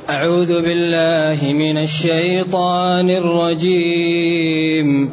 أعوذ بالله من الشيطان الرجيم.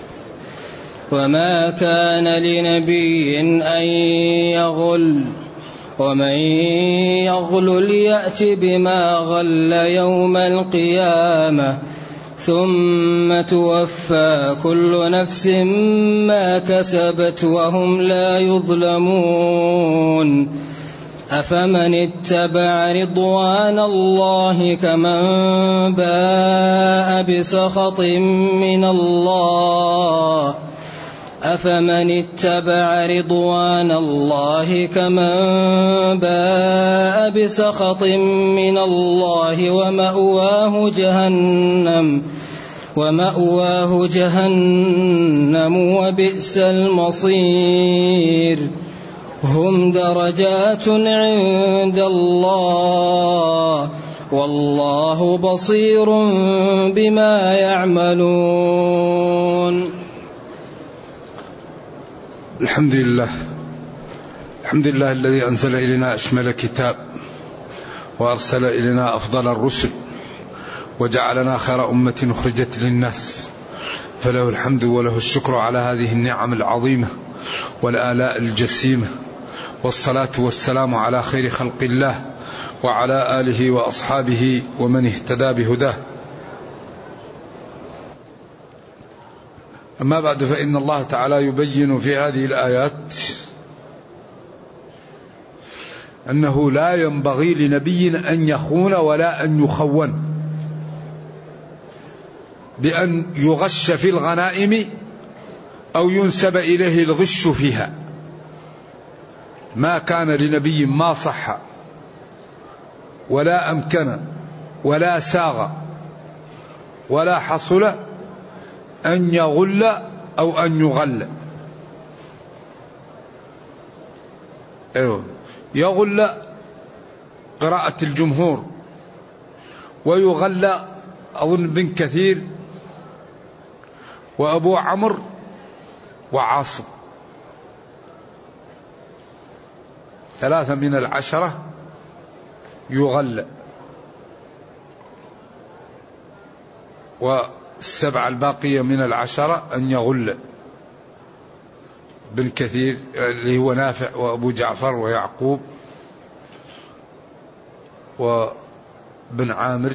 وما كان لنبي أن يغل ومن يغل يأت بما غل يوم القيامة ثم توفى كل نفس ما كسبت وهم لا يظلمون. أفمن اتبع رضوان الله كمن باء بسخط من الله أفمن اتبع رضوان الله كمن باء بسخط من الله ومأواه جهنم وبئس المصير. هم درجات عند الله والله بصير بما يعملون. الحمد لله الذي أنزل إلينا أشمل كتاب وأرسل إلينا أفضل الرسل وجعلنا خير أمة أخرجت للناس، فله الحمد وله الشكر على هذه النعم العظيمة والآلاء الجسيمة، والصلاة والسلام على خير خلق الله وعلى آله وأصحابه ومن اهتدى بهداه. أما بعد، فإن الله تعالى يبين في هذه الآيات أنه لا ينبغي لنبي أن يخون ولا أن يخون بأن يغش في الغنائم أو ينسب إليه الغش فيها. ما كان لنبي ما صح ولا أمكن ولا ساغ ولا حصل أن يغل أو أن يغل. يغل قراءة الجمهور، ويغل أظن بن كثير وأبو عمرو وعاصم، 3 من 10 يغل، و7 الباقية من 10 أن يغل. بن كثير اللي هو نافع وأبو جعفر ويعقوب وبن عامر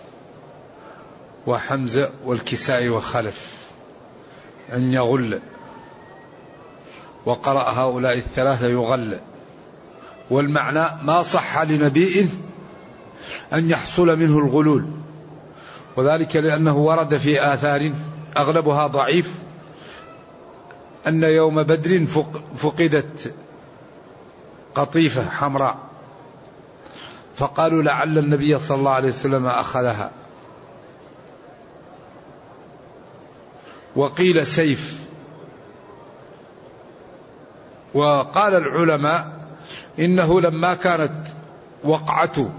وحمزة والكسائي وخلف أن يغل، وقرأ هؤلاء 3 يغل. والمعنى ما صح لنبي أن يحصل منه الغلول، وذلك لأنه ورد في آثار أغلبها ضعيف أن يوم بدر فقدت قطيفة حمراء، فقالوا لعل النبي صلى الله عليه وسلم أخذها، وقيل سيف. وقال العلماء إنه لما كانت وقعة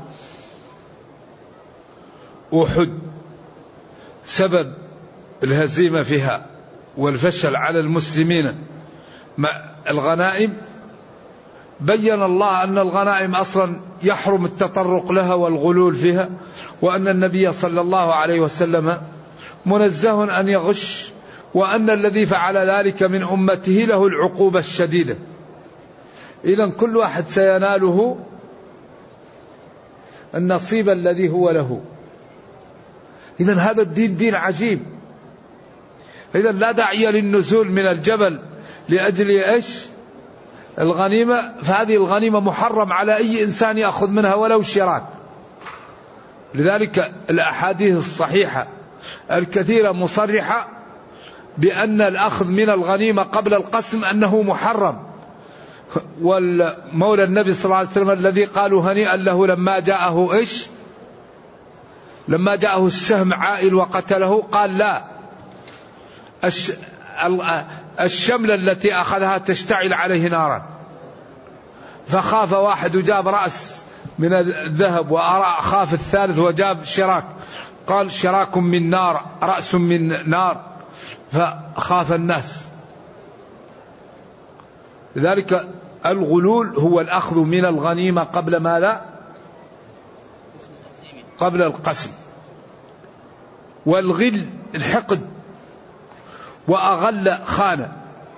أحد سبب الهزيمة فيها والفشل على المسلمين مع الغنائم، بين الله أن الغنائم أصلا يحرم التطرق لها والغلول فيها، وأن النبي صلى الله عليه وسلم منزه أن يغش، وأن الذي فعل ذلك من أمته له العقوبة الشديدة. إذن كل واحد سيناله النصيب الذي هو له. إذن هذا الدين دين عجيب. إذن لا داعي للنزول من الجبل لأجل إيش؟ الغنيمة، فهذه الغنيمة محرم على أي إنسان يأخذ منها ولو شراك. لذلك الأحاديث الصحيحة الكثيرة مصرحة بأن الأخذ من الغنيمة قبل القسم أنه محرم. والمولى النبي صلى الله عليه وسلم الذي قالوا هنيئا له لما جاءه إيش؟ لما جاءه السهم عائل وقتله، قال لا، الشملة التي أخذها تشتعل عليه نارا، فخاف واحد وجاب رأس من الذهب، وخاف الثالث وجاب شراك، قال شراك من نار رأس من نار، فخاف الناس. لذلك الغلول هو الأخذ من الغنيمة قبل ماذا؟ قبل القسم. والغل الحقد، وأغل خانة.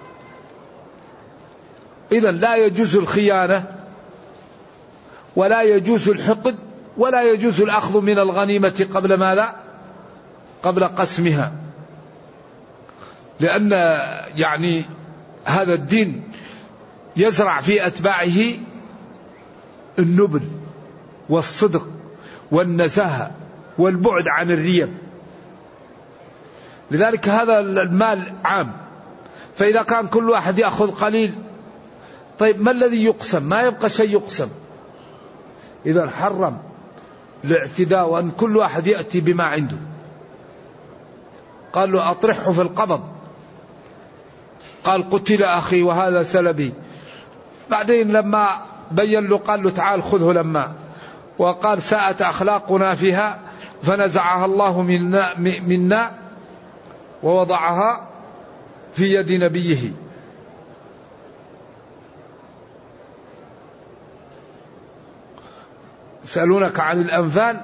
إذن لا يجوز الخيانة، ولا يجوز الحقد، ولا يجوز الأخذ من الغنيمة قبل ماذا؟ قبل قسمها. لأن يعني هذا الدين يزرع في أتباعه النبل والصدق والنزاهة والبعد عن الريب. لذلك هذا المال عام، فإذا كان كل واحد يأخذ قليل، طيب ما الذي يقسم؟ ما يبقى شيء يقسم. إذا حرم الاعتداء، وأن كل واحد يأتي بما عنده. قال له أطرحه في القبض، قال قتل أخي وهذا سلبي. بعدين لما بين له قال له تعال خذه لما، وقال ساءت أخلاقنا فيها، فنزعها الله منا ووضعها في يد نبيه. يسألونك عن الأنفال،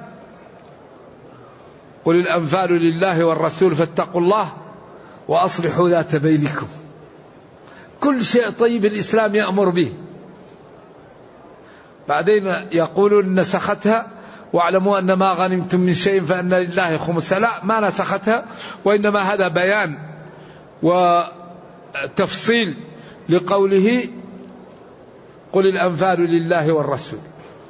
قل الأنفال لله والرسول فاتقوا الله وأصلحوا ذات بينكم. كل شيء طيب الإسلام يأمر به. بعدين يقولون نسختها، واعلموا أن ما غنمتم من شيء فأن لله خمسه. لا، ما نسختها، وإنما هذا بيان وتفصيل لقوله قل الأنفال لله والرسول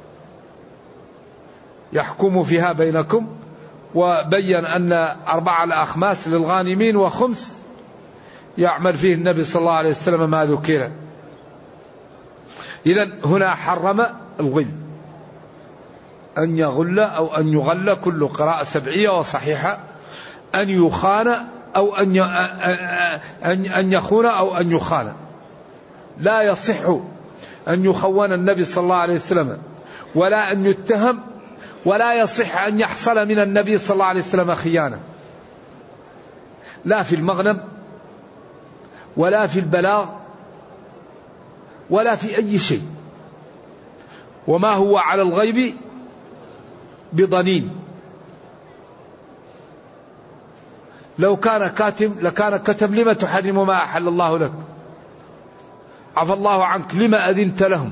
يحكم فيها بينكم. وبين أن 4 الأخماس للغانمين، وخمس يعمل فيه النبي صلى الله عليه وسلم ما ذكر. إذن هنا حرم الغل، أن يغل أو أن يغل، كل قراءة سبعية وصحيحة. أن يخان أو أن يخون أو أن يخان. لا يصح أن يخون النبي صلى الله عليه وسلم، ولا أن يتهم، ولا يصح أن يحصل من النبي صلى الله عليه وسلم خيانة، لا في المغنم ولا في البلاغ ولا في أي شيء. وما هو على الغيب بضنين. لو كان كاتم لكان كتب لما تحرم ما أحل الله لك، عفى الله عنك لما أذنت لهم.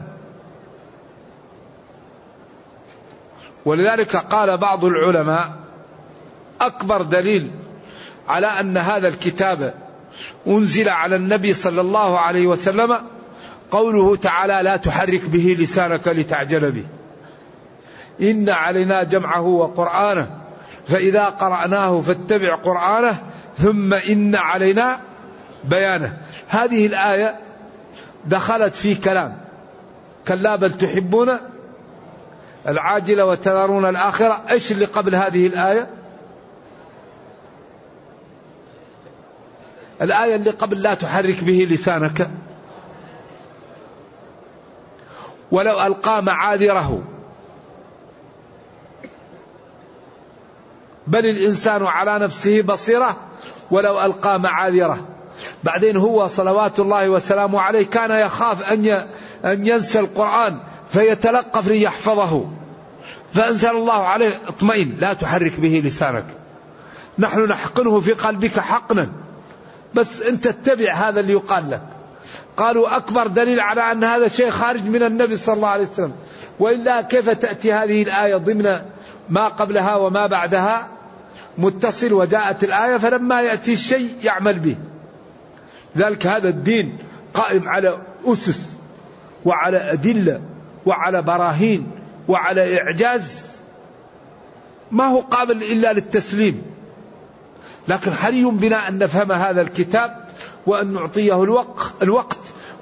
ولذلك قال بعض العلماء أكبر دليل على أن هذا الكتاب أنزل على النبي صلى الله عليه وسلم قوله تعالى لا تحرك به لسانك لتعجل به، إن علينا جمعه وقرآنه فإذا قرأناه فاتبع قرآنه ثم إن علينا بيانه. هذه الآية دخلت في كلام كلا بل تحبون العاجلة وتذرون الآخرة. إيش اللي قبل هذه الآية؟ الآية اللي قبل لا تحرك به لسانك. ولو ألقى معاذره بل الإنسان على نفسه بصيرة ولو ألقى معاذره. بعدين هو صلوات الله وسلامه عليه كان يخاف أن ينسى القرآن فيتلقف ليحفظه، فأنزل الله عليه اطمئن لا تحرك به لسانك، نحن نحقنه في قلبك حقنا، بس أنت اتبع هذا اللي يقال لك. قالوا أكبر دليل على أن هذا شيء خارج من النبي صلى الله عليه وسلم، وإلا كيف تأتي هذه الآية ضمن ما قبلها وما بعدها متصل، وجاءت الآية فلما يأتي الشيء يعمل به. ذلك هذا الدين قائم على أسس وعلى أدلة وعلى براهين وعلى إعجاز، ما هو قابل إلا للتسليم. لكن حري بنا أن نفهم هذا الكتاب وأن نعطيه الوقت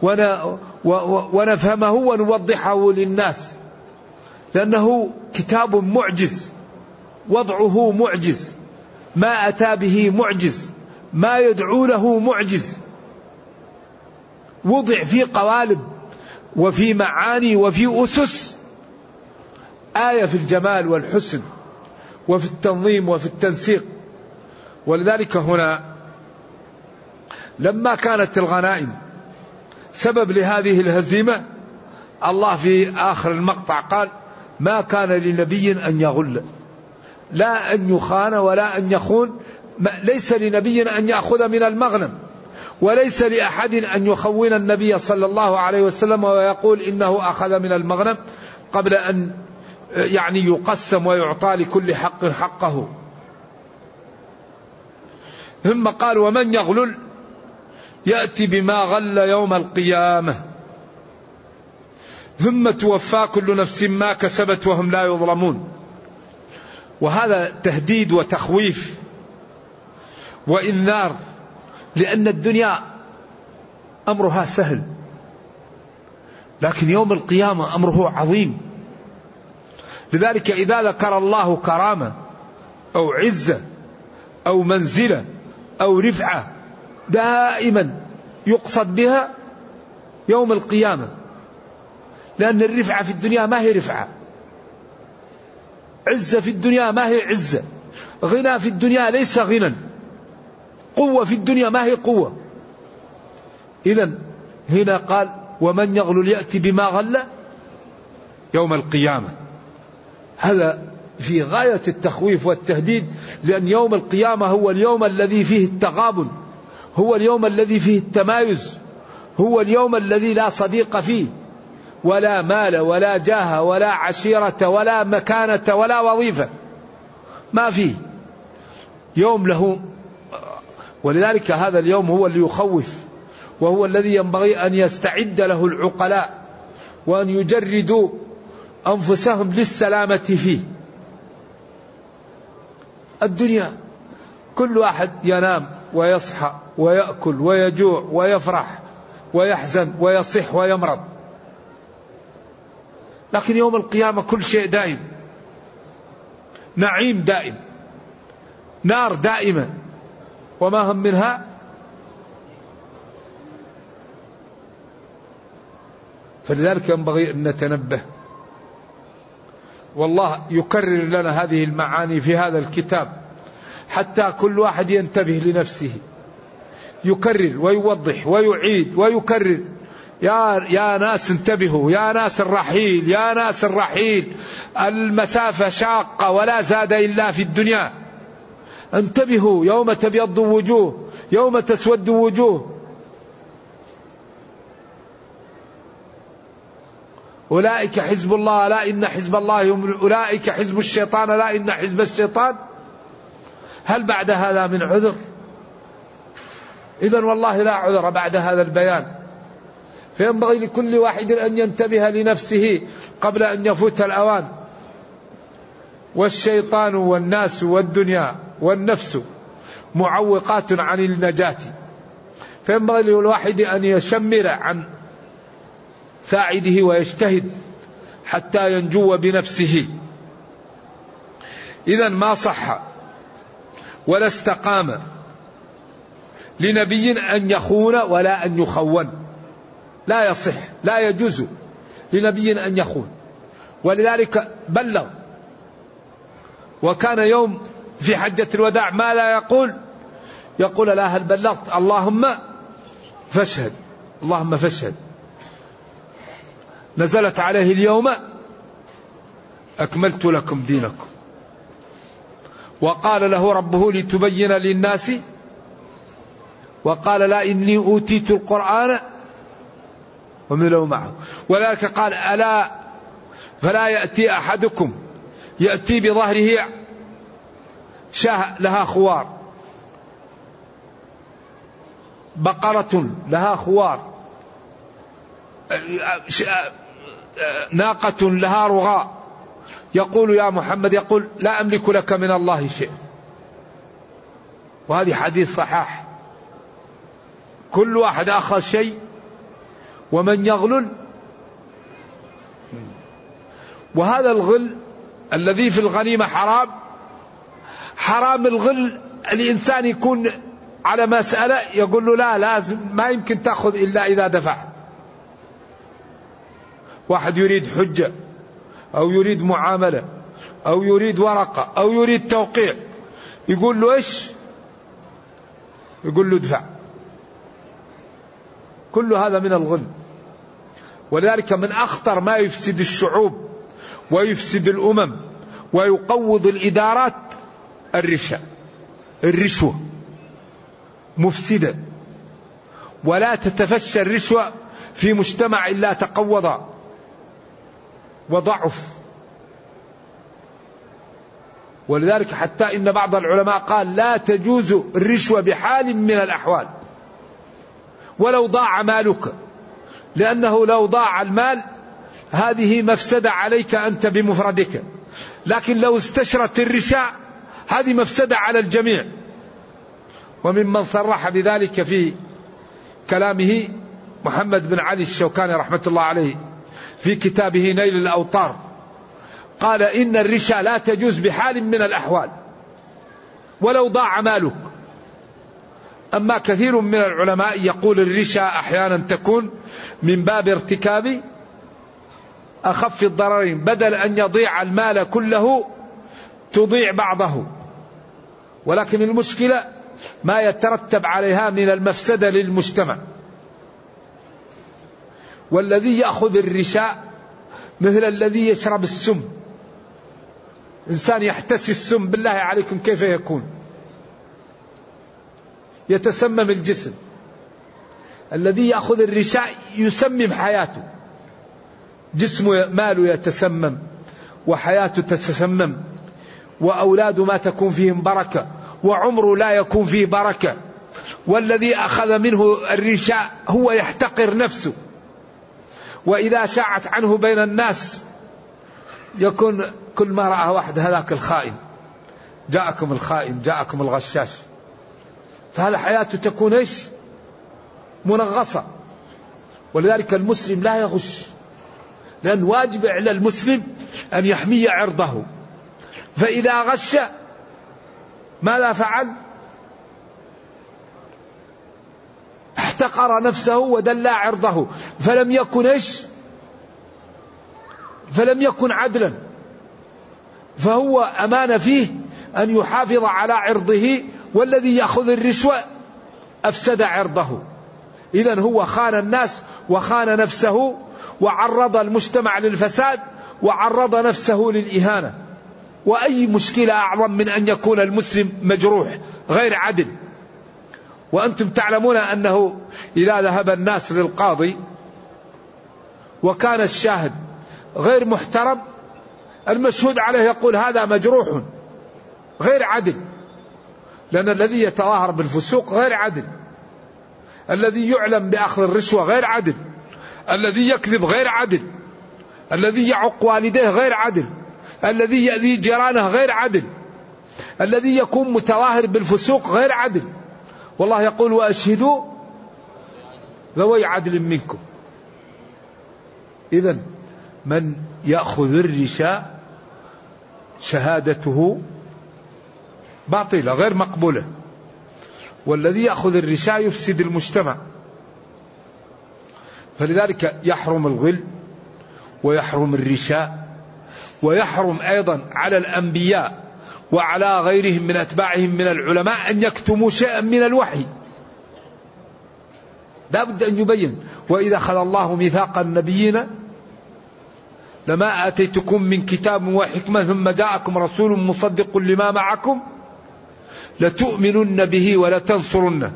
ونفهمه ونوضحه للناس، لأنه كتاب معجز، وضعه معجز، ما أتى به معجز، ما يدعو له معجز، وضع في قوالب وفي معاني وفي أسس، آية في الجمال والحسن وفي التنظيم وفي التنسيق. ولذلك هنا لما كانت الغنائم سبب لهذه الهزيمة، الله في آخر المقطع قال ما كان لنبي أن يغل. لا أن يخان ولا أن يخون. ليس لنبي أن يأخذ من المغنم، وليس لأحد أن يخون النبي صلى الله عليه وسلم ويقول إنه أخذ من المغنم قبل أن يعني يقسم ويعطى لكل حق حقه. ثم قال ومن يغلل يأتي بما غل يوم القيامة ثم توفى كل نفس ما كسبت وهم لا يظلمون. وهذا تهديد وتخويف وإنذار، لأن الدنيا أمرها سهل، لكن يوم القيامة أمره عظيم. لذلك إذا ذكر الله كرامة أو عزة أو منزلة أو رفعة دائما يقصد بها يوم القيامة، لأن الرفعة في الدنيا ما هي رفعة، عزة في الدنيا ما هي عزة، غنى في الدنيا ليس غنى، قوة في الدنيا ما هي قوة. إذن هنا قال ومن يغلل يأتي بما غل يوم القيامة. هذا في غاية التخويف والتهديد، لأن يوم القيامة هو اليوم الذي فيه التغابن، هو اليوم الذي فيه التمايز، هو اليوم الذي لا صديق فيه ولا مال ولا جاه ولا عشيرة ولا مكانة ولا وظيفة، ما فيه يوم له. ولذلك هذا اليوم هو اللي يخوف، وهو الذي ينبغي أن يستعد له العقلاء وأن يجردوا أنفسهم للسلامة فيه. الدنيا كل واحد ينام ويصحى ويأكل ويجوع ويفرح ويحزن ويصح ويمرض، لكن يوم القيامة كل شيء دائم، نعيم دائم، نار دائمة وما هم منها. فلذلك ينبغي أن نتنبه، والله يكرر لنا هذه المعاني في هذا الكتاب حتى كل واحد ينتبه لنفسه، يكرر ويوضح ويعيد ويكرر. يا ناس انتبهوا، يا ناس الرحيل، يا ناس الرحيل، المسافة شاقة ولا زاد إلا في الدنيا، انتبهوا يوم تبيض وجوه يوم تسود وجوه. أولئك حزب الله لا إن حزب الله هم، أولئك حزب الشيطان لا إن حزب الشيطان. هل بعد هذا من عذر؟ إذن والله لا عذر بعد هذا البيان. فينبغي لكل واحد أن ينتبه لنفسه قبل أن يفوت الأوان. والشيطان والناس والدنيا والنفس معوقات عن النجاة، فينبغي للواحد أن يشمر عن ساعده ويجتهد حتى ينجو بنفسه. إذن ما صح ولا استقام لنبي أن يخون ولا أن يخون، لا يصح، لا يجوز لنبي أن يخون. ولذلك بلغ، وكان يوم في حجة الوداع ما لا يقول لا هل بلغت؟ اللهم فاشهد، اللهم فاشهد. نزلت عليه اليوم أكملت لكم دينكم. وقال له ربه لتبين للناس، وقال لا إني أوتيت القرآن ومثله معه. ولذلك قال ألا فلا يأتي أحدكم يأتي بظهره شاه لها خوار، بقرة لها خوار، ناقة لها رغاء، يقول يا محمد، يقول لا أملك لك من الله شيء. وهذه حديث صحاح، كل واحد أخذ شيء. ومن يغلل، وهذا الغل الذي في الغنيمة حرام الغل. الإنسان يكون على مسألة يقول له لا لازم، ما يمكن تأخذ إلا إذا دفع. واحد يريد حجة أو يريد معاملة أو يريد ورقة أو يريد توقيع، يقول له إيش؟ يقول له ادفع. كل هذا من الغل. ولذلك من أخطر ما يفسد الشعوب ويفسد الأمم ويقوض الإدارات الرشوة مفسدة، ولا تتفشى الرشوة في مجتمع إلا تقوض وضعف. ولذلك حتى إن بعض العلماء قال لا تجوز الرشوة بحال من الأحوال ولو ضاع مالك، لأنه لو ضاع المال هذه مفسدة عليك أنت بمفردك، لكن لو استشرت الرشاء هذه مفسدة على الجميع. وممن صرح بذلك في كلامه محمد بن علي الشوكاني رحمة الله عليه في كتابه نيل الأوطار، قال إن الرشا لا تجوز بحال من الأحوال ولو ضاع مالك. أما كثير من العلماء يقول الرشا أحيانا تكون من باب ارتكاب أخف الضررين، بدل أن يضيع المال كله تضيع بعضه، ولكن المشكلة ما يترتب عليها من المفسدة للمجتمع. والذي يأخذ الرشاء مثل الذي يشرب السم، إنسان يحتسي السم بالله عليكم كيف يكون؟ يتسمم الجسم. الذي يأخذ الرشاء يسمم حياته، جسمه ماله يتسمم وحياته تتسمم وأولاده ما تكون فيهم بركة وعمره لا يكون فيه بركة. والذي أخذ منه الرشاء هو يحتقر نفسه، وإذا شاعت عنه بين الناس يكون كل ما رأى واحد هذاك الخائن، جاءكم الخائن، جاءكم الغشاش. فهذا حياته تكون إيش؟ منغصة. ولذلك المسلم لا يغش، لأن واجب على المسلم أن يحمي عرضه، فإذا غش ماذا فعل؟ احتقر نفسه ودلى عرضه، فلم يكن إيش؟ فلم يكن عدلا. فهو أمان فيه أن يحافظ على عرضه، والذي يأخذ الرشوة أفسد عرضه. إذن هو خان الناس وخان نفسه وعرض المجتمع للفساد وعرض نفسه للإهانة. وأي مشكلة أعظم من أن يكون المسلم مجروح غير عدل؟ وأنتم تعلمون أنه إذا ذهب الناس للقاضي وكان الشاهد غير محترم، المشهود عليه يقول هذا مجروح غير عدل، لأن الذي يتظاهر بالفسوق غير عدل، الذي يعلم بأخذ الرشوة غير عدل، الذي يكذب غير عدل، الذي يعق والديه غير عدل، الذي يأذي جيرانه غير عدل، الذي يكون متظاهر بالفسوق غير عدل. والله يقول وأشهدوا ذوي عدل منكم. إذن من يأخذ الرشاء شهادته باطلة غير مقبولة، والذي يأخذ الرشاء يفسد المجتمع. فلذلك يحرم الغل ويحرم الرشاء، ويحرم أيضا على الأنبياء وعلى غيرهم من أتباعهم من العلماء أن يكتموا شيئا من الوحي. لا بد أن يبين: وإذا أخذ الله ميثاق النبيين لما آتيتكم من كتاب وحكمة ثم جاءكم رسول مصدق لما معكم لتؤمنن به ولتنصرنه.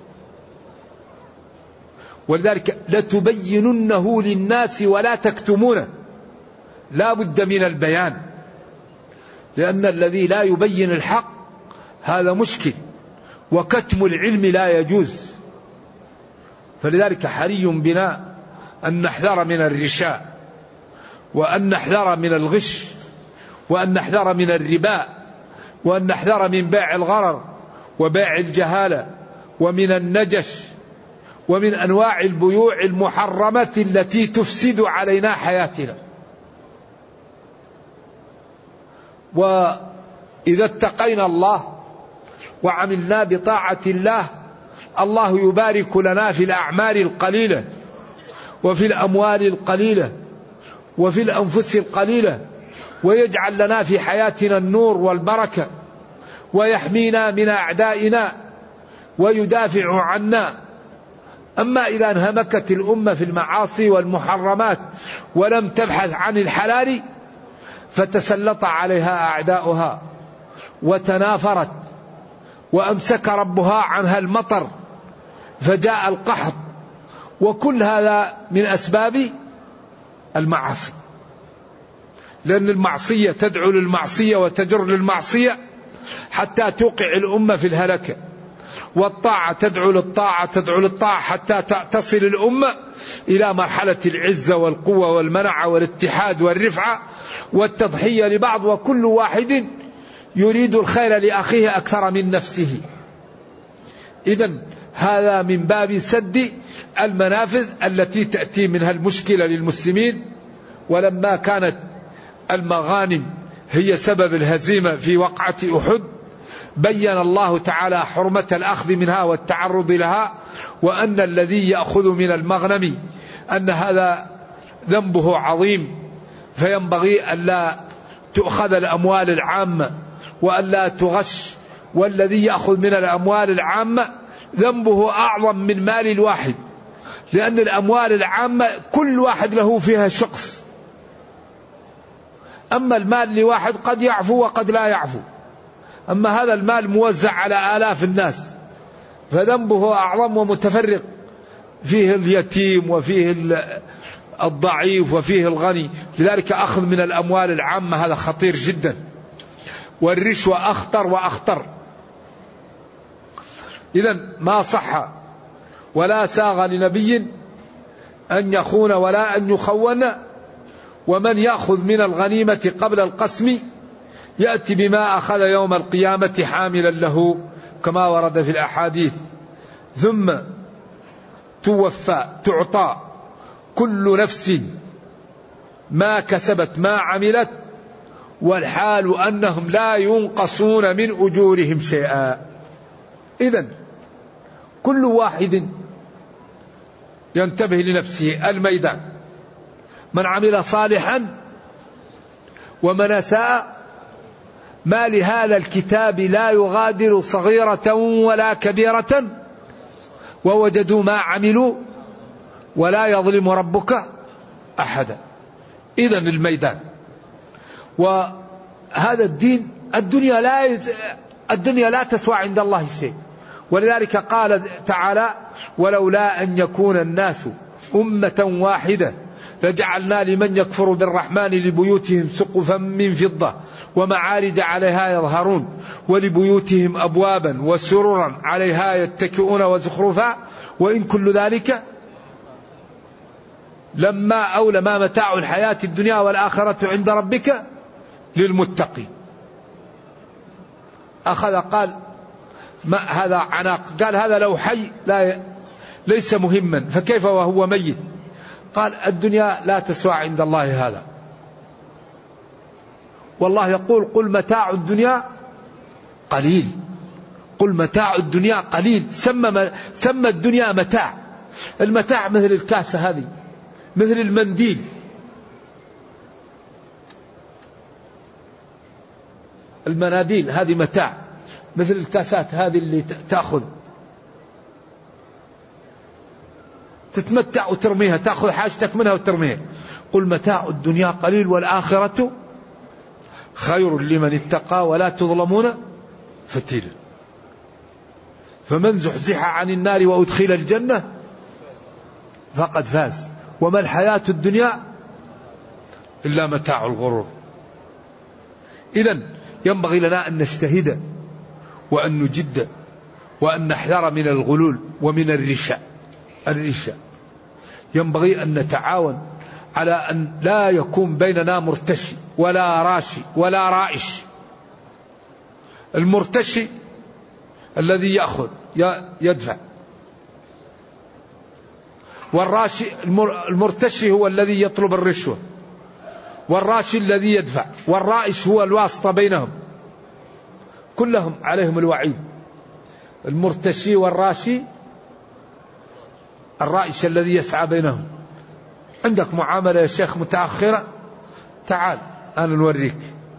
ولذلك لتبيننه للناس ولا تكتمونه، لا بد من البيان، لأن الذي لا يبين الحق هذا مشكل، وكتم العلم لا يجوز. فلذلك حري بنا أن نحذر من الرشاء، وأن نحذر من الغش، وأن نحذر من الربا، وأن نحذر من بيع الغرر وبيع الجهالة ومن النجش ومن أنواع البيوع المحرمة التي تفسد علينا حياتنا. وإذا اتقينا الله وعملنا بطاعة الله، الله يبارك لنا في الأعمال القليلة وفي الأموال القليلة وفي الأنفس القليلة، ويجعل لنا في حياتنا النور والبركة، ويحمينا من أعدائنا ويدافع عنا. أما إذا انهمكت الأمة في المعاصي والمحرمات ولم تبحث عن الحلال فتسلط عليها أعداؤها وتنافرت، وأمسك ربها عنها المطر فجاء القحط، وكل هذا من أسباب المعاصي، لأن المعصية تدعو للمعصية وتجر للمعصية حتى توقع الأمة في الهلكة، والطاعة تدعو للطاعة تدعو للطاعة حتى تصل الأمة إلى مرحلة العزة والقوة والمنعة والاتحاد والرفعة والتضحية لبعض، وكل واحد يريد الخير لأخيه أكثر من نفسه. إذن هذا من باب سد المنافذ التي تأتي منها المشكلة للمسلمين. ولما كانت المغانم هي سبب الهزيمة في وقعة أحد، بين الله تعالى حرمة الأخذ منها والتعرض لها، وأن الذي يأخذ من المغنم أن هذا ذنبه عظيم، فينبغي ألا تؤخذ الأموال العامة وألا تغش، والذي يأخذ من الأموال العامة ذنبه أعظم من مال الواحد، لأن الأموال العامة كل واحد له فيها شخص، أما المال لواحد قد يعفو وقد لا يعفو، أما هذا المال موزع على آلاف الناس فذنبه أعظم ومتفرق، فيه اليتيم وفيه الضعيف وفيه الغني. لذلك أخذ من الأموال العامة هذا خطير جدا، والرشوة أخطر وأخطر. إذن ما صح ولا ساغ لنبي أن يخون ولا أن يخون، ومن يأخذ من الغنيمة قبل القسم يأتي بما أخذ يوم القيامة حاملا له، كما ورد في الأحاديث. ثم توفى تعطى كل نفس ما كسبت ما عملت، والحال أنهم لا ينقصون من أجورهم شيئا. إذن كل واحد ينتبه لنفسه الميدان، من عمل صالحا ومن أساء، ما لهذا الكتاب لا يغادر صغيرة ولا كبيرة ووجدوا ما عملوا ولا يظلم ربك أحدا. إذن الميدان. وهذا الدين الدنيا لا تسوى عند الله شيء، ولذلك قال تعالى: ولولا أن يكون الناس أمة واحدة لجعلنا لمن يكفر بالرحمن لبيوتهم سقفا من فضة ومعارج عليها يظهرون ولبيوتهم أبوابا وسررا عليها يتكئون وزخرفا وإن كل ذلك لما متاع الحياة الدنيا والآخرة عند ربك للمتقين. أخذ قال ما هذا عناق، قال هذا لو حي ليس مهما، فكيف وهو ميت؟ قال الدنيا لا تسوى عند الله هذا، والله يقول: قل متاع الدنيا قليل، قل متاع الدنيا قليل. سمى الدنيا متاع. المتاع مثل الكاسة هذه، مثل المنديل، المناديل هذه متاع، مثل الكاسات هذه اللي تأخذ تتمتع وترميها، تأخذ حاجتك منها وترميها. قل متاع الدنيا قليل والآخرة خير لمن اتقى ولا تظلمون فتيلا. فمن زحزح عن النار وأدخل الجنة فقد فاز، وما الحياة الدنيا إلا متاع الغرور. إذن ينبغي لنا أن نجتهد وأن نجد وأن نحذر من الغلول ومن الرشا. ينبغي أن نتعاون على أن لا يكون بيننا مرتشي ولا راشي ولا رائش. المرتشي الذي يأخذ يدفع، والراشي المرتشي هو الذي يطلب الرشوة، والراشي الذي يدفع، والرائش هو الواسطة بينهم، كلهم عليهم الوعيد. المرتشي والراشي، الرائش الذي يسعى بينهم. عندك معاملة يا شيخ متأخرة، تعال أنا نوريك،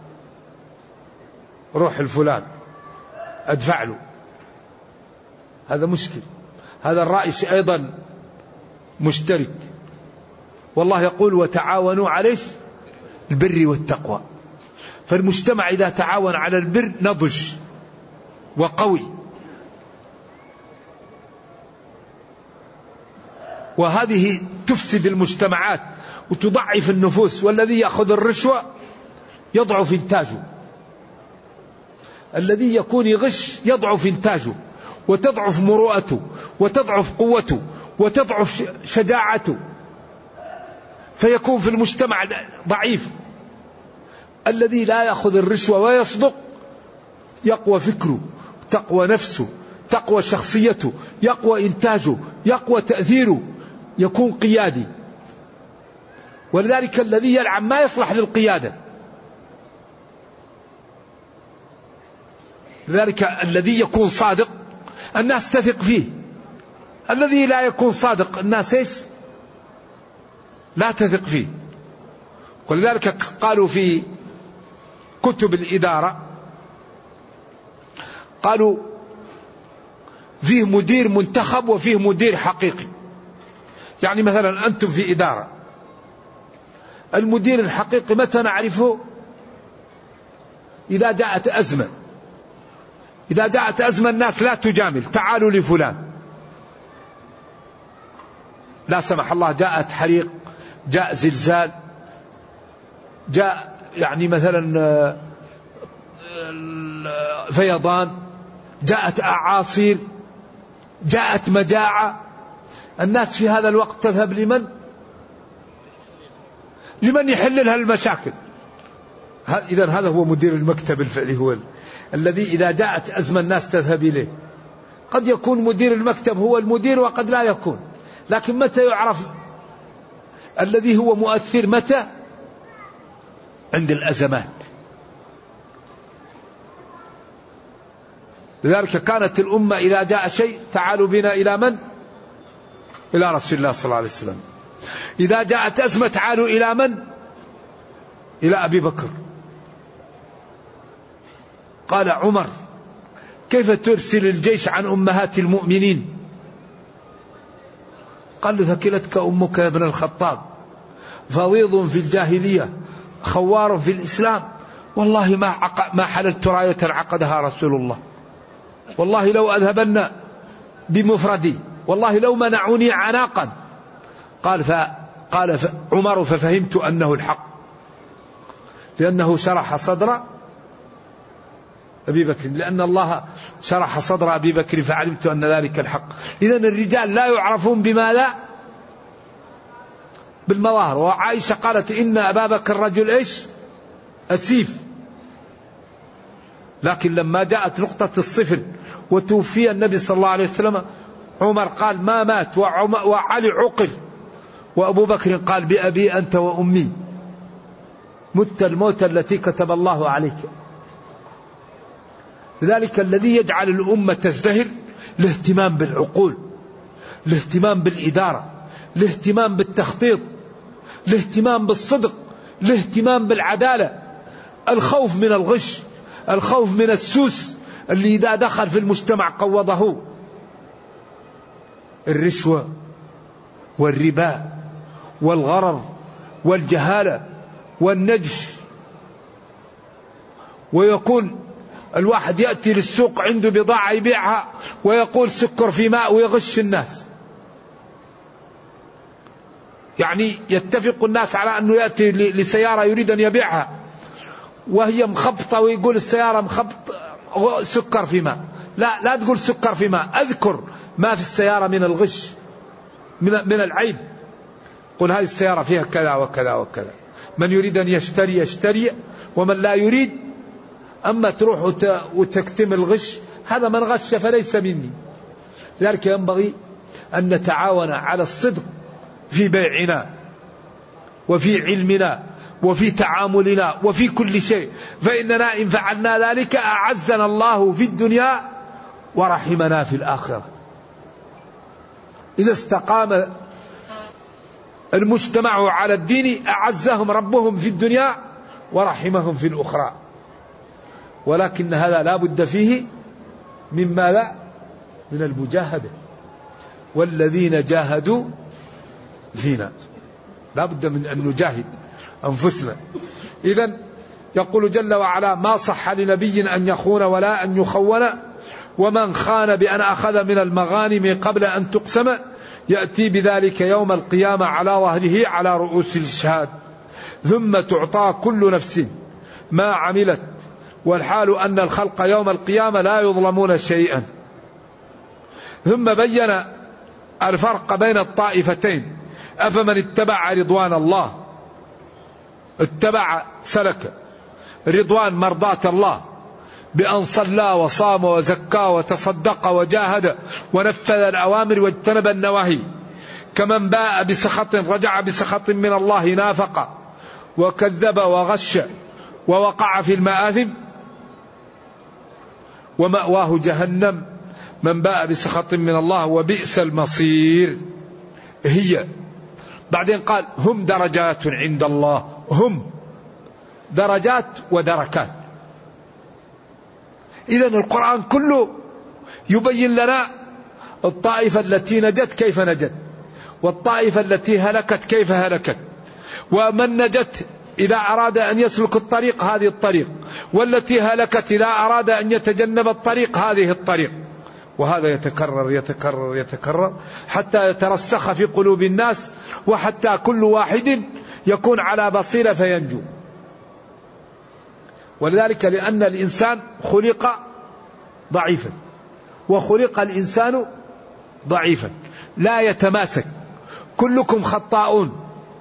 روح الفلان أدفع له، هذا مشكل. هذا الرائش أيضا مشترك. والله يقول: وتعاونوا على البر والتقوى فالمجتمع إذا تعاون على البر نضج وقوي. وهذه تفسد المجتمعات وتضعف النفوس، والذي يأخذ الرشوة يضعف إنتاجه، الذي يكون يغش يضعف إنتاجه وتضعف مروءته وتضعف قوته وتضعف شجاعته، فيكون في المجتمع ضعيف. الذي لا يأخذ الرشوة ويصدق يقوى فكره، تقوى نفسه، تقوى شخصيته، يقوى إنتاجه، يقوى تأثيره، يكون قيادي. ولذلك الذي يلعب ما يصلح للقيادة. لذلك الذي يكون صادق الناس تثق فيه، الذي لا يكون صادق الناس ايش؟ لا تثق فيه. ولذلك قالوا في كتب الإدارة، قالوا فيه مدير منتخب وفيه مدير حقيقي. يعني مثلا أنتم في إدارة، المدير الحقيقي متى نعرفه؟ إذا جاءت أزمة. إذا جاءت أزمة الناس لا تجامل، تعالوا لفلان. لا سمح الله جاءت حريق، جاء زلزال، جاء يعني مثلا فيضان، جاءت أعاصير، جاءت مجاعة، الناس في هذا الوقت تذهب لمن؟ لمن يحل لها المشاكل. إذن هذا هو مدير المكتب الفعلي، هو الذي إذا جاءت أزمة الناس تذهب إليه. قد يكون مدير المكتب هو المدير وقد لا يكون، لكن متى يعرف الذي هو مؤثر؟ متى؟ عند الأزمات. لذلك كانت الأمة إذا جاء شيء تعالوا بنا إلى من؟ إلى رسول الله صلى الله عليه وسلم. إذا جاءت أزمة تعالوا إلى من؟ إلى أبي بكر. قال عمر: كيف ترسل الجيش عن أمهات المؤمنين؟ قال له: ثكلتك أمك يا ابن الخطاب، فويض في الجاهلية خوار في الإسلام، والله ما حللت راية عقدها رسول الله، والله لو أذهبن بمفردي، والله لو منعوني عناقا. قال عمر: ففهمت أنه الحق، لأنه شرح صدر أبي بكر، لأن الله شرح صدر أبي بكر فعلمت أن ذلك الحق. إذن الرجال لا يعرفون بماذا؟ بالمظاهر. وعائشة قالت: إن أبا بكر رجل إيش؟ أسيف. لكن لما جاءت نقطة الصفر وتوفي النبي صلى الله عليه وسلم، عمر قال: ما مات، وعلي عقل، وأبو بكر قال: بأبي أنت وأمي، مت الموت التي كتب الله عليك. لذلك الذي يجعل الأمة تزدهر الاهتمام بالعقول، الاهتمام بالإدارة، الاهتمام بالتخطيط، الاهتمام بالصدق، الاهتمام بالعدالة، الخوف من الغش، الخوف من السوس اللي إذا دخل في المجتمع قوضه. الرشوة والربا والغرر والجهالة والنجش. ويكون الواحد يأتي للسوق عنده بضاعة يبيعها ويقول سكر في ماء ويغش الناس. يعني يتفق الناس على أنه يأتي لسيارة يريد أن يبيعها وهي مخبطة ويقول السيارة مخبط سكر في ماء. لا تقول سكر في ماء، أذكر ما في السيارة من الغش، من العيب. قل هذه السيارة فيها كذا وكذا وكذا، من يريد أن يشتري ومن لا يريد. أما تروح وتكتم الغش، هذا من غش فليس مني. لذلك ينبغي أن نتعاون على الصدق في بيعنا وفي علمنا وفي تعاملنا وفي كل شيء، فإننا إن فعلنا ذلك أعزنا الله في الدنيا ورحمنا في الآخرة. إذا استقام المجتمع على الدين أعزهم ربهم في الدنيا ورحمهم في الأخرى. ولكن هذا لا بد فيه من ماذا؟ من المجاهدة. والذين جاهدوا فينا، لا بد من أن نجاهد أنفسنا. إذن يقول جل وعلا: ما صح لنبي أن يخون ولا أن يخون، ومن خان بأن أخذ من المغانم قبل أن تقسم يأتي بذلك يوم القيامة على ظهره على رؤوس الأشهاد، ثم تعطى كل نفس ما عملت، والحال أن الخلق يوم القيامة لا يظلمون شيئا. ثم بين الفرق بين الطائفتين: أفمن اتبع رضوان الله، اتبع سلك رضوان مرضاة الله بأن صلى وصام وزكى وتصدق وجاهد ونفذ الأوامر واجتنب النواهي، كمن باء بسخط رجع بسخط من الله نافق وكذب وغش ووقع في المآثم ومأواه جهنم، من باء بسخط من الله وبئس المصير. هي بعدين قال: هم درجات عند الله. هم درجات ودركات. إذن القرآن كله يبين لنا الطائفة التي نجت كيف نجت، والطائفة التي هلكت كيف هلكت، ومن نجت إذا أراد أن يسلك الطريق هذه الطريق، والتي هلكت إذا أراد أن يتجنب الطريق هذه الطريق. وهذا يتكرر يتكرر يتكرر حتى يترسخ في قلوب الناس، وحتى كل واحد يكون على بصيرة فينجو. ولذلك لأن الإنسان خلق ضعيفا، وخلق الإنسان ضعيفا لا يتماسك، كلكم خطاؤون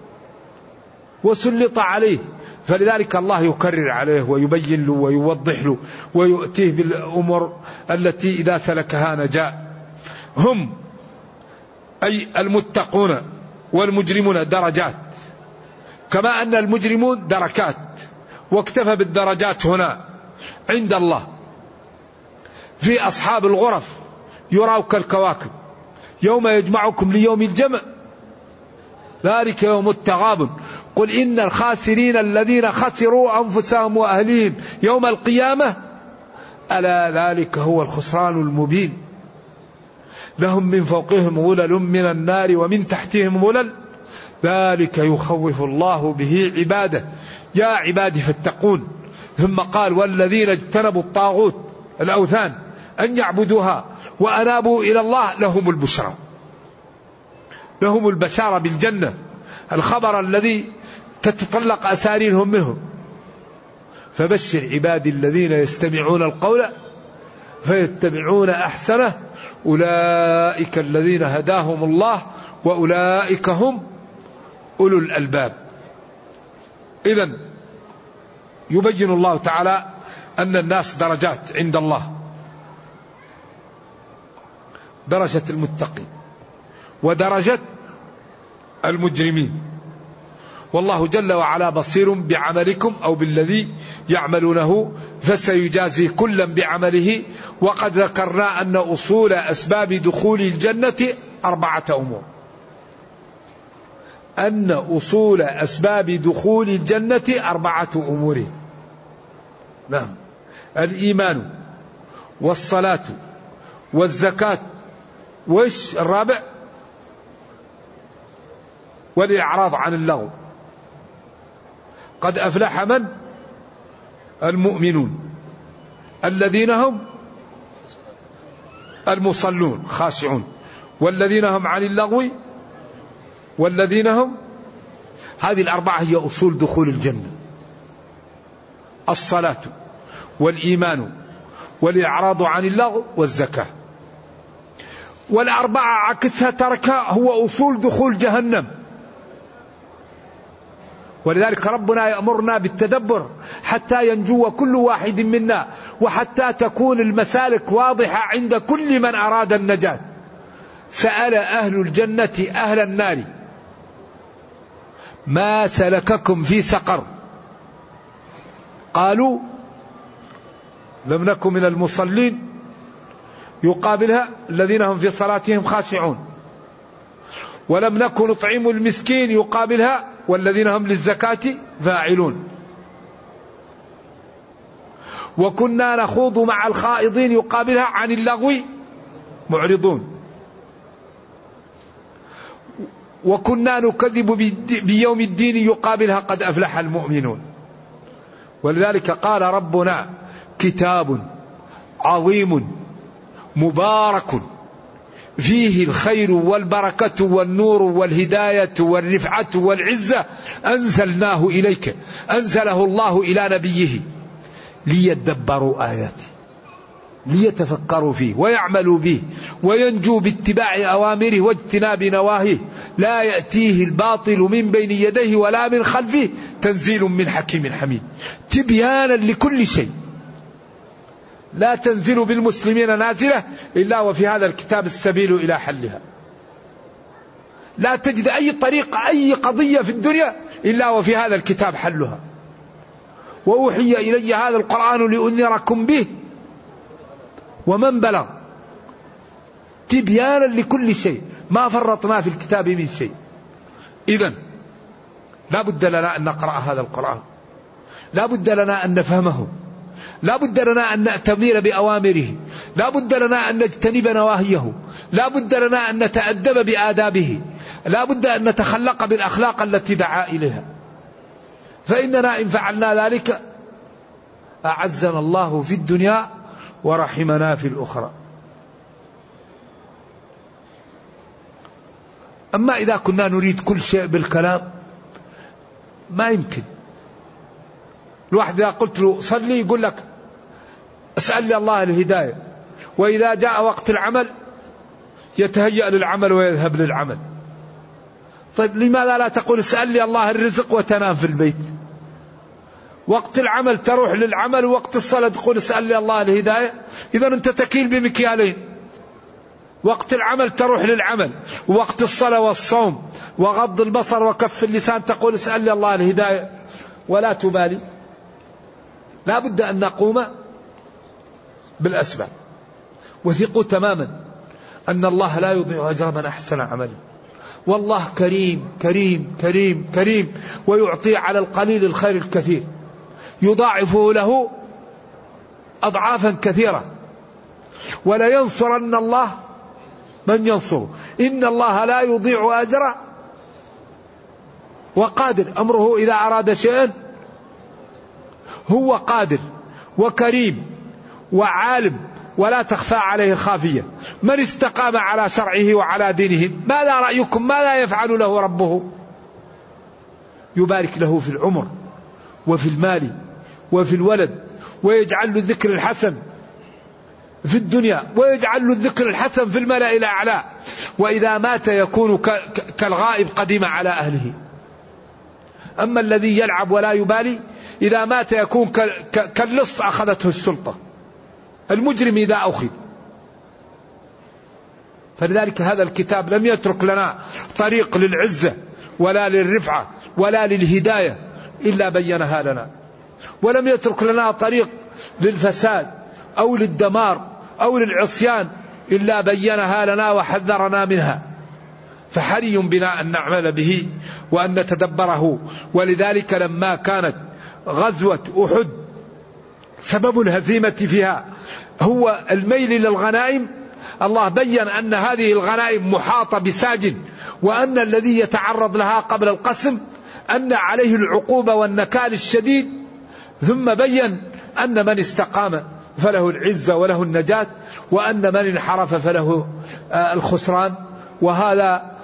وسلط عليه، فلذلك الله يكرر عليه ويبين له ويوضح له ويؤتيه بالأمور التي إذا سلكها نجا. هم أي المتقون والمجرمون درجات، كما أن المجرمون دركات، واكتفى بالدرجات هنا عند الله. في أصحاب الغرف يراوا كالكواكب يوم يجمعكم ليوم الجمع ذلك يوم التغابن، قل إن الخاسرين الذين خسروا أنفسهم وأهليهم يوم القيامة ألا ذلك هو الخسران المبين. لهم من فوقهم ظلل من النار ومن تحتهم ظلل ذلك يخوف الله به عباده يا عبادي فاتقون. ثم قال: والذين اجتنبوا الطاغوت الأوثان أن يعبدوها وأنابوا إلى الله لهم البشرى، لهم البشارة بالجنة، الخبر الذي تتطلق أساريرهم منه. فبشر عبادي الذين يستمعون القول فيتبعون أحسنه أولئك الذين هداهم الله وأولئك هم أولو الألباب. إذن يبين الله تعالى أن الناس درجات عند الله، درجة المتقين ودرجة المجرمين، والله جل وعلا بصير بعملكم أو بالذي يعملونه فسيجازي كلا بعمله. وقد ذكرنا أن أصول أسباب دخول الجنة 4 أمور، أن أصول أسباب دخول الجنة 4 أمور. نعم: الإيمان والصلاة والزكاة، وإيش الرابع؟ والإعراض عن اللغو. قد أفلح من؟ المؤمنون الذين هم المصلون خاشعون، والذين هم عن اللغو، والذين هم. هذه 4 هي أصول دخول الجنة: الصلاة والإيمان والإعراض عن اللغو والزكاة. 4 عكسها تركها هو أصول دخول جهنم. ولذلك ربنا يأمرنا بالتدبر حتى ينجو كل واحد منا، وحتى تكون المسالك واضحة عند كل من أراد النجاة. سأل أهل الجنة أهل النار: ما سلككم في سقر؟ قالوا: لم نكن من المصلين، يقابلها الذين هم في صلاتهم خاشعون. ولم نكن نطعم المسكين، يقابلها والذين هم للزكاة فاعلون. وكنا نخوض مع الخائضين، يقابلها عن اللغو معرضون. وكنا نكذب بيوم الدين، يقابلها قد أفلح المؤمنون. ولذلك قال ربنا: كتاب عظيم مبارك فيه الخير والبركة والنور والهداية والرفعة والعزة أنزلناه إليك، أنزله الله إلى نبيه ليدبروا آياته، ليتفكروا فيه ويعملوا به وينجوا باتباع أوامره واجتناب نواهيه، لا يأتيه الباطل من بين يديه ولا من خلفه، تنزيل من حكيم حميد. تبيانا لكل شيء، لا تنزل بالمسلمين نازلة إلا وفي هذا الكتاب السبيل إلى حلها. لا تجد أي طريقة أي قضية في الدنيا إلا وفي هذا الكتاب حلها. وأوحي إلي هذا القرآن لأنذركم به ومن بلغ، تبيانا لكل شيء، ما فرطنا في الكتاب من شيء. إذن لا بد لنا أن نقرأ هذا القرآن، لا بد لنا أن نفهمه، لا بد لنا أن نأتمر بأوامره، لا بد لنا أن نجتنب نواهيه، لا بد لنا أن نتأدب بآدابه، لا بد أن نتخلق بالأخلاق التي دعا إليها. فإننا إن فعلنا ذلك أعزنا الله في الدنيا ورحمنا في الأخرى. أما إذا كنا نريد كل شيء بالكلام ما يمكن. الواحد إذا قلت له صلي يقول لك اسأل لي الله الهداية، وإذا جاء وقت العمل يتهيأ للعمل ويذهب للعمل. طيب لماذا لا تقول اسأل لي الله الرزق وتنام في البيت؟ وقت العمل تروح للعمل، ووقت الصلاة تقول اسأل لي الله الهداية. إذا أنت تكيل بمكيالين، وقت العمل تروح للعمل، ووقت الصلاة والصوم وغض البصر وكف اللسان تقول اسأل لي الله الهداية ولا تبالي. لا بد أن نقوم بالأسباب. وثقوا تماما أن الله لا يضيع أجر من أحسن عملا، والله كريم كريم كريم كريم، ويعطي على القليل الخير الكثير، يضاعفه له أضعافا كثيرة، ولا ينصرن الله من ينصره، إن الله لا يضيع أجره. وقادر، أمره إذا أراد شيئا هو قادر وكريم وعالم ولا تخفى عليه خافية. من استقام على شرعه وعلى دينه ماذا رأيكم ماذا يفعل له ربه؟ يبارك له في العمر وفي المال وفي الولد، ويجعل له الذكر الحسن في الدنيا، ويجعل له الذكر الحسن في الملأ الأعلى. وإذا مات يكون كالغائب قديم على أهله. أما الذي يلعب ولا يبالي إذا مات يكون كاللص أخذته السلطة، المجرم إذا أخذ. فلذلك هذا الكتاب لم يترك لنا طريق للعزة ولا للرفعة ولا للهداية إلا بينها لنا، ولم يترك لنا طريق للفساد أو للدمار أو للعصيان إلا بينها لنا وحذرنا منها. فحري بنا أن نعمل به وأن نتدبره. ولذلك لما كانت غزوة أحد سبب الهزيمة فيها هو الميل إلى الغنائم، الله بيّن أن هذه الغنائم محاطة بساجن، وأن الذي يتعرض لها قبل القسم أن عليه العقوبة والنكال الشديد. ثم بيّن أن من استقام فله العزة وله النجاة، وأن من انحرف فله الخسران. وهذا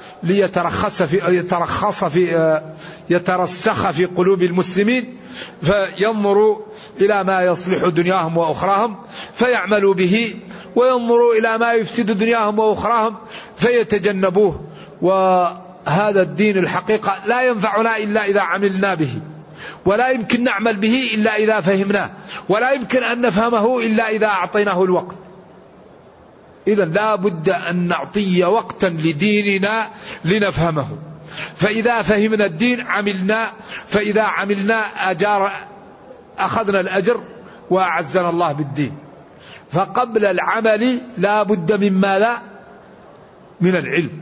يترسخ في قلوب المسلمين، فينظروا إلى ما يصلح دنياهم وأخراهم فيعملوا به، وينظروا إلى ما يفسد دنياهم وأخراهم فيتجنبوه. وهذا الدين الحقيقة لا ينفعنا إلا إذا عملنا به، ولا يمكن نعمل به إلا إذا فهمناه، ولا يمكن أن نفهمه إلا إذا أعطيناه الوقت. إذن لا بد أن نعطي وقتا لديننا لنفهمه. فإذا فهمنا الدين عملنا، فإذا عملنا أخذنا الأجر وأعزنا الله بالدين. فقبل العمل لا بد من ماذا؟ من العلم.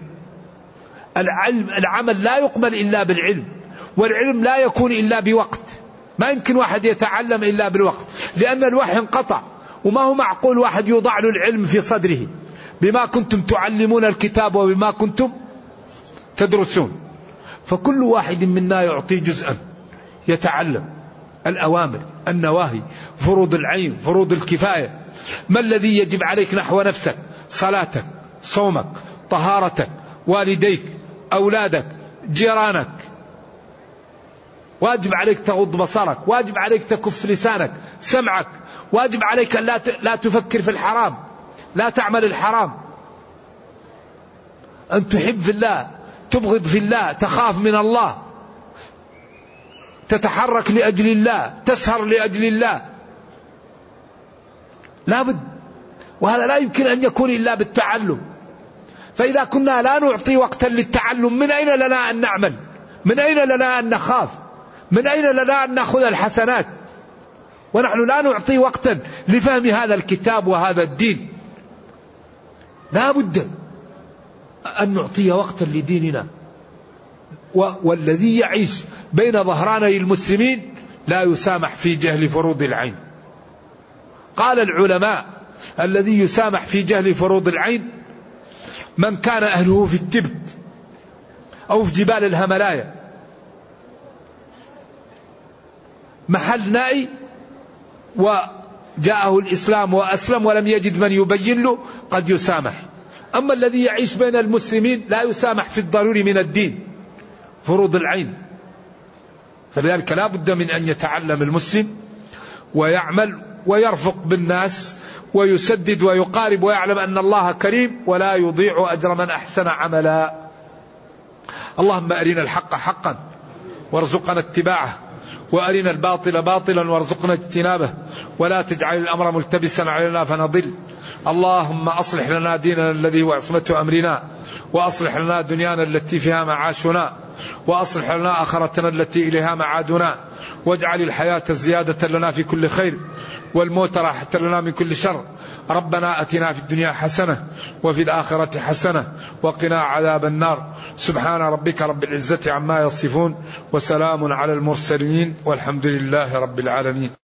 العمل لا يقبل إلا بالعلم، والعلم لا يكون إلا بوقت. ما يمكن واحد يتعلم إلا بالوقت، لأن الوحي انقطع، وما هو معقول واحد يوضع له العلم في صدره. بما كنتم تعلمون الكتاب وبما كنتم تدرسون. فكل واحد منا يعطي جزءا يتعلم، الأوامر، النواهي، فروض العين، فروض الكفاية. ما الذي يجب عليك نحو نفسك؟ صلاتك، صومك، طهارتك، والديك، أولادك، جيرانك. واجب عليك تغض بصرك، واجب عليك تكف لسانك، سمعك، واجب عليك أن لا تفكر في الحرام، لا تعمل الحرام، أن تحب في الله، تبغض في الله، تخاف من الله، تتحرك لأجل الله، تسهر لأجل الله. لا بد، وهذا لا يمكن أن يكون إلا بالتعلم. فإذا كنا لا نعطي وقتا للتعلم، من أين لنا أن نعمل؟ من أين لنا أن نخاف؟ من أين لنا أن نأخذ الحسنات؟ ونحن لا نعطي وقتا لفهم هذا الكتاب وهذا الدين. لا بد أن نعطي وقتا لديننا. والذي يعيش بين ظهراني المسلمين لا يسامح في جهل فروض العين. قال العلماء: الذي يسامح في جهل فروض العين من كان أهله في التبت أو في جبال الهملايا، محل نائي، وجاءه الإسلام وأسلم ولم يجد من يبين له، قد يسامح. أما الذي يعيش بين المسلمين لا يسامح في الضروري من الدين، فروض العين. فلذلك لا بد من أن يتعلم المسلم ويعمل ويرفق بالناس ويسدد ويقارب، ويعلم أن الله كريم ولا يضيع أجر من أحسن عملا. اللهم أرنا الحق حقا وارزقنا اتباعه، وأرنا الباطل باطلا وارزقنا اجتنابه، ولا تجعل الأمر ملتبسا علينا فنضل. اللهم أصلح لنا ديننا الذي هو عصمة أمرنا، وأصلح لنا دنيانا التي فيها معاشنا، وأصلح لنا آخرتنا التي إليها معادنا، واجعل الحياة زيادة لنا في كل خير، والموت راحة لنا من كل شر. ربنا أتنا في الدنيا حسنة وفي الآخرة حسنة وقنا عذاب النار. سبحان ربك رب العزة عما يصفون، وسلام على المرسلين، والحمد لله رب العالمين.